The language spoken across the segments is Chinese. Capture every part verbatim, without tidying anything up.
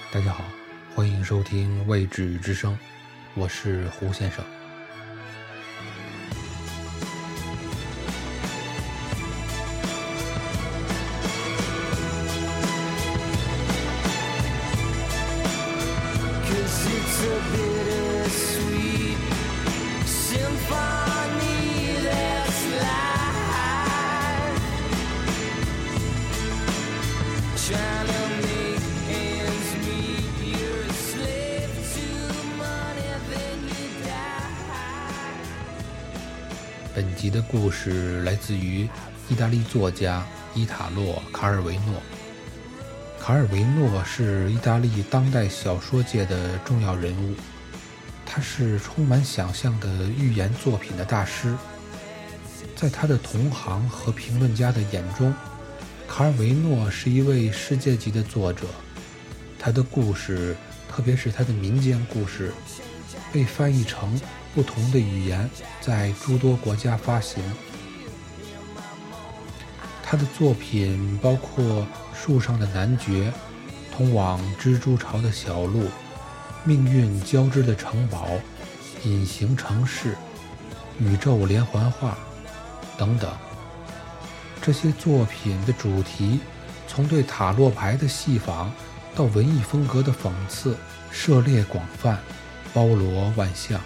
大家好，欢迎收听未知之声，我是胡先生。本集的故事来自于意大利作家伊塔洛·卡尔维诺。卡尔维诺是意大利当代小说界的重要人物，他是充满想象的寓言作品的大师。在他的同行和评论家的眼中，卡尔维诺是一位世界级的作者。他的故事，特别是他的民间故事，被翻译成不同的语言，在诸多国家发行。他的作品包括树上的男爵、通往蜘蛛巢的小路、命运交织的城堡、隐形城市、宇宙连环画等等。这些作品的主题，从对塔罗牌的戏仿到文艺风格的讽刺，涉猎广泛，包罗万象。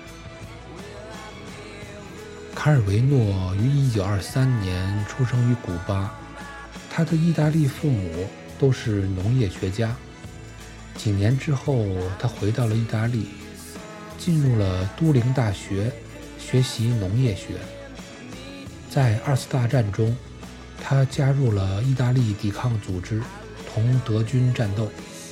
卡尔维诺于一九二三年出生于古巴，他的意大利父母都是农业学家。几年之后，他回到了意大利，进入了都灵大学学习农业学。在二次大战中，他加入了意大利抵抗组织，同德军战斗。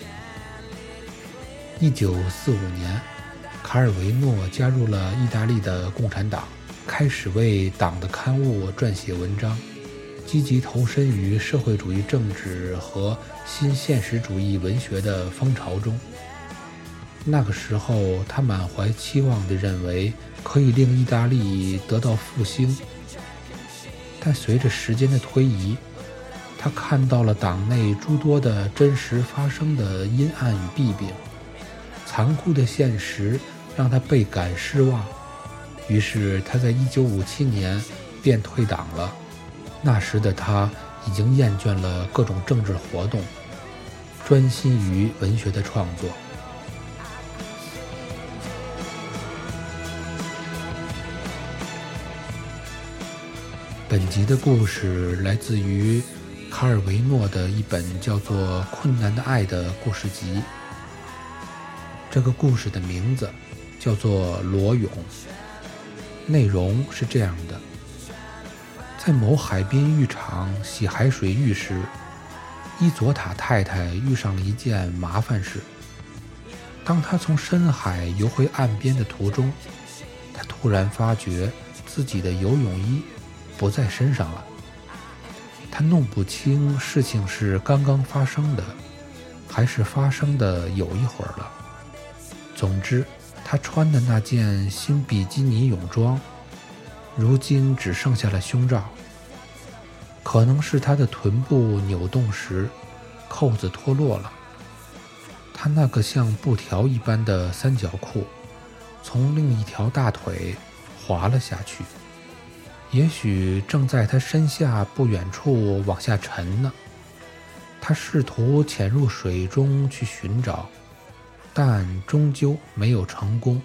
一九四五年，卡尔维诺加入了意大利的共产党，开始为党的刊物撰写文章，积极投身于社会主义政治和新现实主义文学的风潮中。那个时候，他满怀期望地认为可以令意大利得到复兴，但随着时间的推移，他看到了党内诸多的真实发生的阴暗与弊病，残酷的现实让他倍感失望。于是他在一九五七年便退党了。那时的他已经厌倦了各种政治活动，专心于文学的创作。本集的故事来自于卡尔维诺的一本叫做《困难的爱》的故事集。这个故事的名字叫做裸泳。内容是这样的：在某海滨浴场洗海水浴时，伊佐塔太太遇上了一件麻烦事。当她从深海游回岸边的途中，她突然发觉自己的游泳衣不在身上了。她弄不清事情是刚刚发生的，还是发生的有一会儿了。总之，他穿的那件新比基尼泳装，如今只剩下了胸罩。可能是他的臀部扭动时，扣子脱落了。他那个像布条一般的三角裤，从另一条大腿滑了下去，也许正在他身下不远处往下沉呢。他试图潜入水中去寻找，但终究没有成功。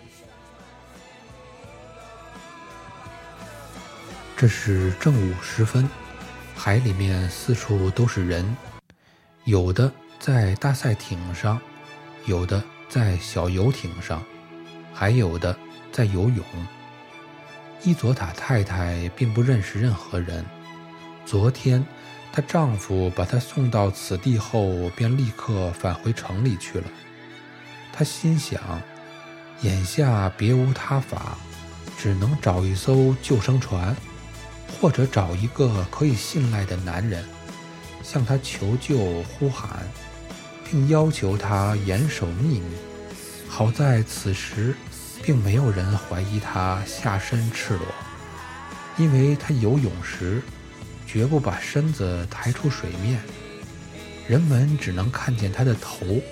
这是正午时分，海里面四处都是人，有的在大赛艇上，有的在小游艇上，还有的在游泳。伊佐塔太太并不认识任何人。昨天她丈夫把她送到此地后，便立刻返回城里去了。他心想，眼下别无他法，只能找一艘救生船，或者找一个可以信赖的男人，向他求救呼喊，并要求他严守秘密。好在此时并没有人怀疑他下身赤裸，因为他游泳时绝不把身子抬出水面，人们只能看见他的头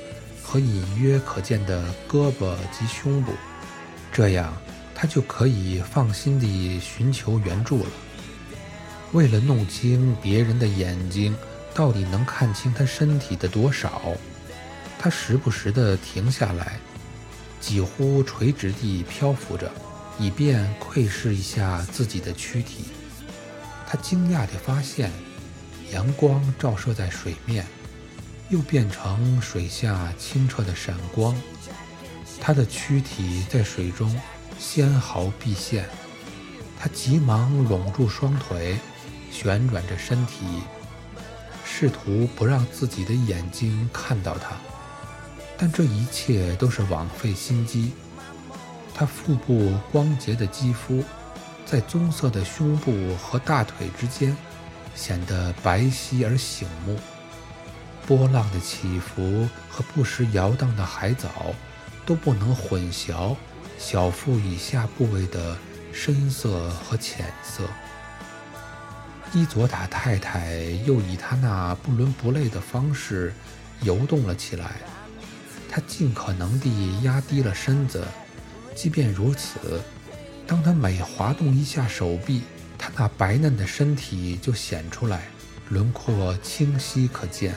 和隐约可见的胳膊及胸部，这样他就可以放心地寻求援助了。为了弄清别人的眼睛到底能看清他身体的多少，他时不时地停下来，几乎垂直地漂浮着，以便窥视一下自己的躯体。他惊讶地发现，阳光照射在水面，又变成水下清澈的闪光，他的躯体在水中纤毫毕现。他急忙拢住双腿，旋转着身体，试图不让自己的眼睛看到他，但这一切都是枉费心机。他腹部光洁的肌肤在棕色的胸部和大腿之间显得白皙而醒目，波浪的起伏和不时摇荡的海藻都不能混淆小腹以下部位的深色和浅色。伊佐达太太又以她那不伦不类的方式游动了起来，她尽可能地压低了身子，即便如此，当她每滑动一下手臂，她那白嫩的身体就显出来，轮廓清晰可见。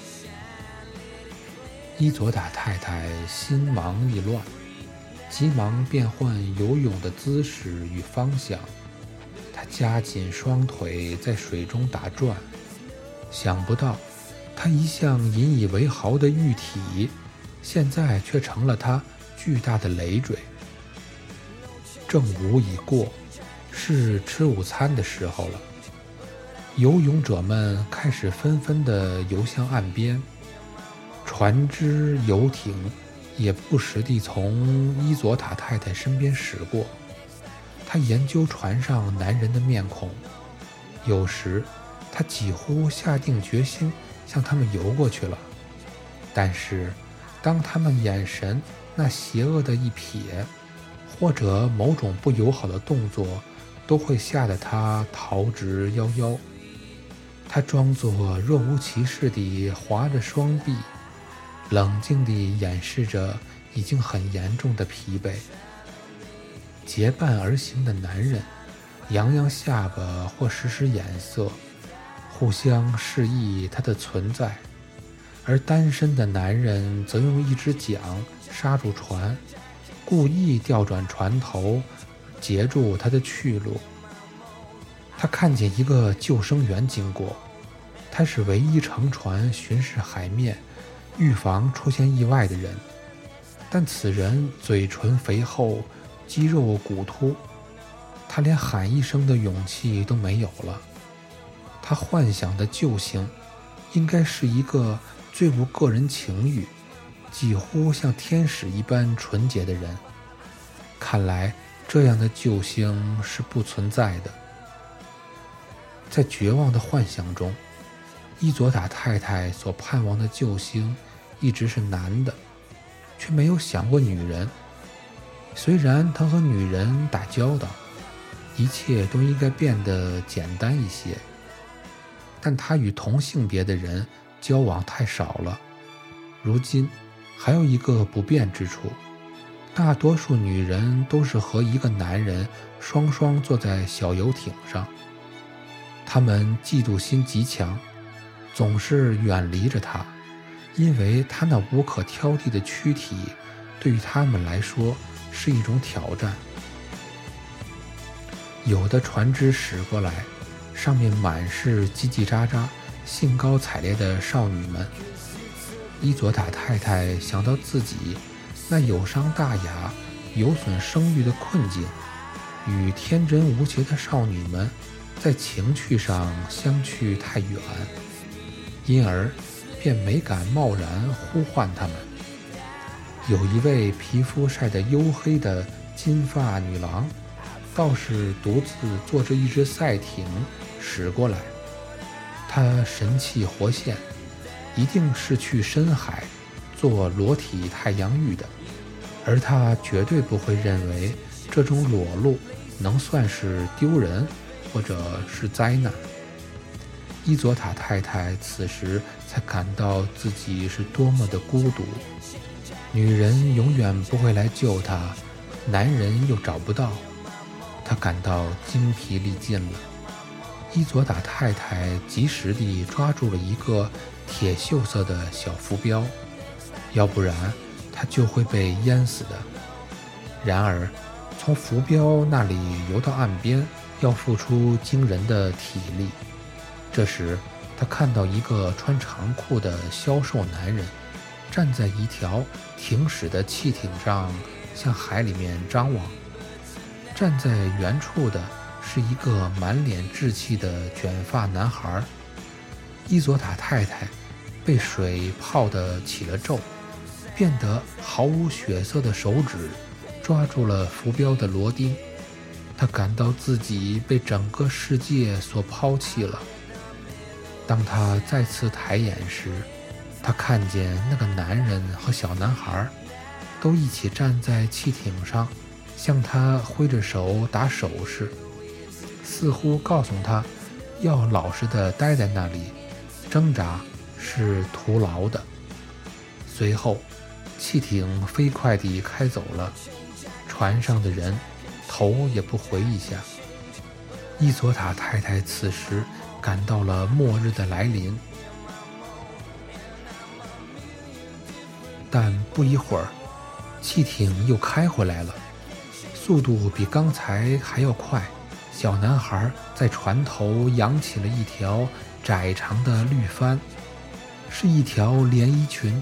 伊佐达太太心忙意乱，急忙变换游泳的姿势与方向。她夹紧双腿在水中打转，想不到她一向引以为豪的玉体，现在却成了她巨大的累赘。正午已过，是吃午餐的时候了。游泳者们开始纷纷地游向岸边，船只、游艇也不时地从伊佐塔太太身边驶过。他研究船上男人的面孔，有时他几乎下定决心向他们游过去了，但是当他们眼神那邪恶的一瞥，或者某种不友好的动作，都会吓得他逃之夭夭。他装作若无其事地划着双臂，冷静地掩饰着已经很严重的疲惫。结伴而行的男人扬扬下巴或使使眼色，互相示意他的存在，而单身的男人则用一只桨刹住船，故意调转船头，截住他的去路。他看见一个救生员经过，他是唯一乘船巡视海面，预防出现意外的人，但此人嘴唇肥厚，肌肉骨突，他连喊一声的勇气都没有了。他幻想的救星应该是一个最无个人情欲，几乎像天使一般纯洁的人，看来这样的救星是不存在的。在绝望的幻想中，伊佐塔太太所盼望的救星一直是男的，却没有想过女人。虽然他和女人打交道，一切都应该变得简单一些，但他与同性别的人交往太少了。如今还有一个不便之处，大多数女人都是和一个男人双双坐在小游艇上，她们嫉妒心极强，总是远离着他，因为他那无可挑剔的躯体对于他们来说是一种挑战。有的船只驶过来，上面满是叽叽喳喳、兴高采烈的少女们。伊佐塔太太想到自己那有伤大雅、有损声誉的困境，与天真无邪的少女们在情趣上相去太远，因而便没敢贸然呼唤他们。有一位皮肤晒得黝黑的金发女郎，倒是独自坐着一只赛艇驶过来。她神气活现，一定是去深海做裸体太阳浴的，而她绝对不会认为这种裸露能算是丢人或者是灾难。 伊佐塔太太此时才感到自己是多么的孤独。女人永远不会来救她，男人又找不到，她感到精疲力尽了。伊佐塔太太及时地抓住了一个铁锈色的小浮标，要不然她就会被淹死的。然而从浮标那里游到岸边要付出惊人的体力。这时他看到一个穿长裤的消瘦男人站在一条停驶的汽艇上，向海里面张望。站在远处的是一个满脸稚气的卷发男孩。伊佐塔太太被水泡得起了皱，变得毫无血色的手指抓住了浮标的螺钉。他感到自己被整个世界所抛弃了。当他再次抬眼时，他看见那个男人和小男孩都一起站在汽艇上，向他挥着手打手势，似乎告诉他要老实地待在那里，挣扎是徒劳的。随后汽艇飞快地开走了，船上的人头也不回一下。伊佐塔太太此时感到了末日的来临。但不一会儿，汽艇又开回来了，速度比刚才还要快。小男孩在船头扬起了一条窄长的绿帆，是一条连衣裙。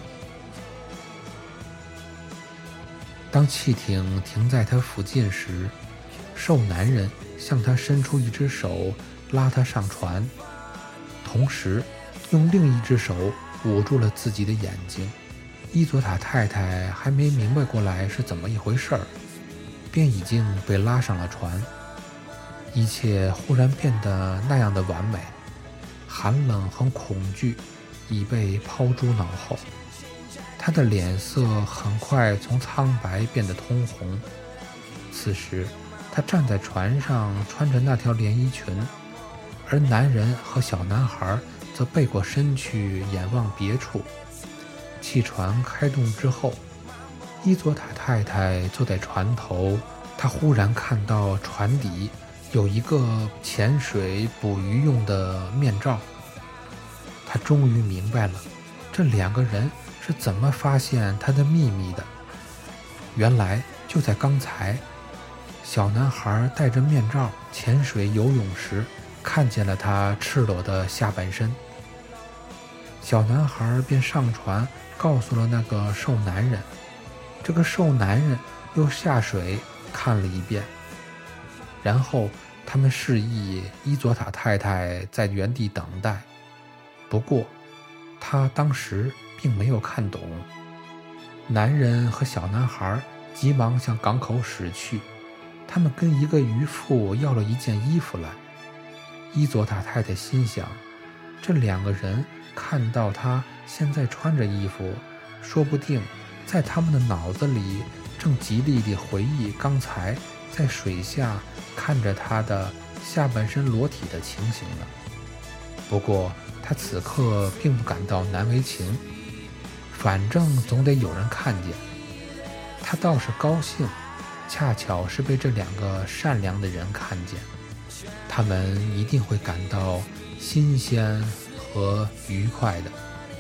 当汽艇停在他附近时，瘦男人向他伸出一只手，拉他上船，同时用另一只手捂住了自己的眼睛。伊佐塔太太还没明白过来是怎么一回事儿，便已经被拉上了船。一切忽然变得那样的完美，寒冷和恐惧已被抛诸脑后。他的脸色很快从苍白变得通红。此时他站在船上，穿着那条连衣裙，而男人和小男孩则背过身去眼望别处。汽船开动之后，伊佐塔太太坐在船头，她忽然看到船底有一个潜水捕鱼用的面罩。她终于明白了这两个人是怎么发现她的秘密的。原来就在刚才，小男孩戴着面罩潜水游泳时，看见了他赤裸的下半身。小男孩便上船告诉了那个瘦男人，这个瘦男人又下水看了一遍，然后他们示意伊佐塔太太在原地等待。不过他当时并没有看懂。男人和小男孩急忙向港口驶去，他们跟一个渔妇要了一件衣服来。伊佐塔太太心想，这两个人看到他现在穿着衣服，说不定在他们的脑子里正极力地回忆刚才在水下看着他的下半身裸体的情形呢。不过他此刻并不感到难为情，反正总得有人看见。他倒是高兴，恰巧是被这两个善良的人看见，他们一定会感到新鲜和愉快的。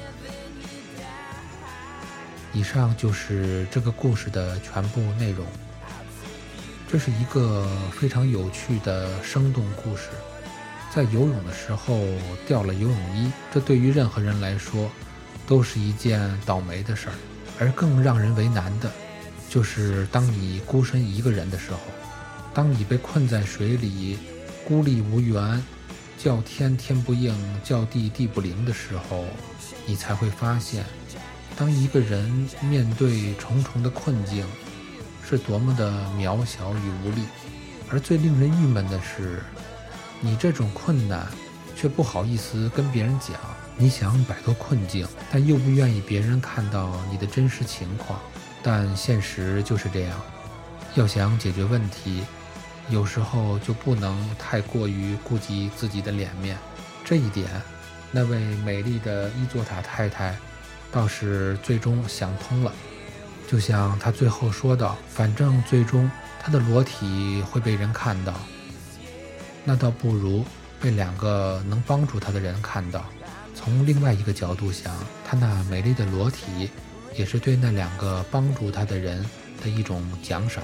以上就是这个故事的全部内容。这是一个非常有趣的生动故事。在游泳的时候掉了游泳衣，这对于任何人来说都是一件倒霉的事儿。而更让人为难的就是当你孤身一个人的时候，当你被困在水里孤立无援，叫天天不应，叫地地不灵的时候，你才会发现，当一个人面对重重的困境是多么的渺小与无力。而最令人郁闷的是，你这种困难却不好意思跟别人讲，你想摆脱困境，但又不愿意别人看到你的真实情况。但现实就是这样，要想解决问题，有时候就不能太过于顾及自己的脸面。这一点那位美丽的伊佐塔太太倒是最终想通了，就像她最后说道，反正最终她的裸体会被人看到，那倒不如被两个能帮助她的人看到。从另外一个角度想，她那美丽的裸体也是对那两个帮助她的人的一种奖赏。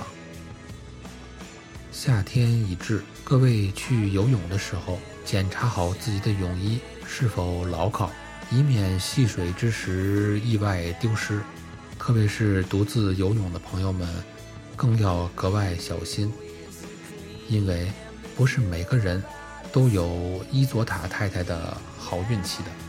夏天已至，各位去游泳的时候，检查好自己的泳衣是否牢靠，以免戏水之时意外丢失。特别是独自游泳的朋友们，更要格外小心，因为不是每个人都有伊佐塔太太的好运气的。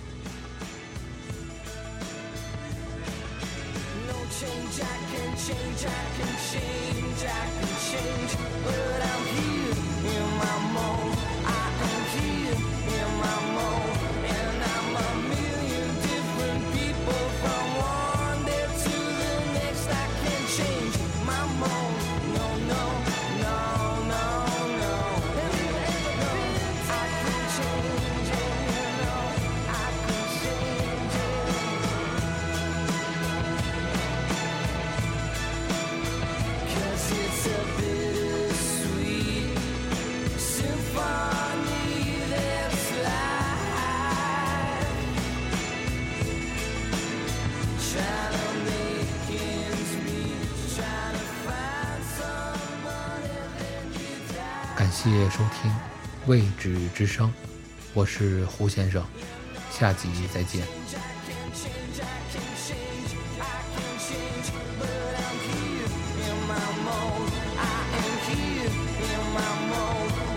感谢收听《未知之声》，我是胡先生，下集再见。 In my mode,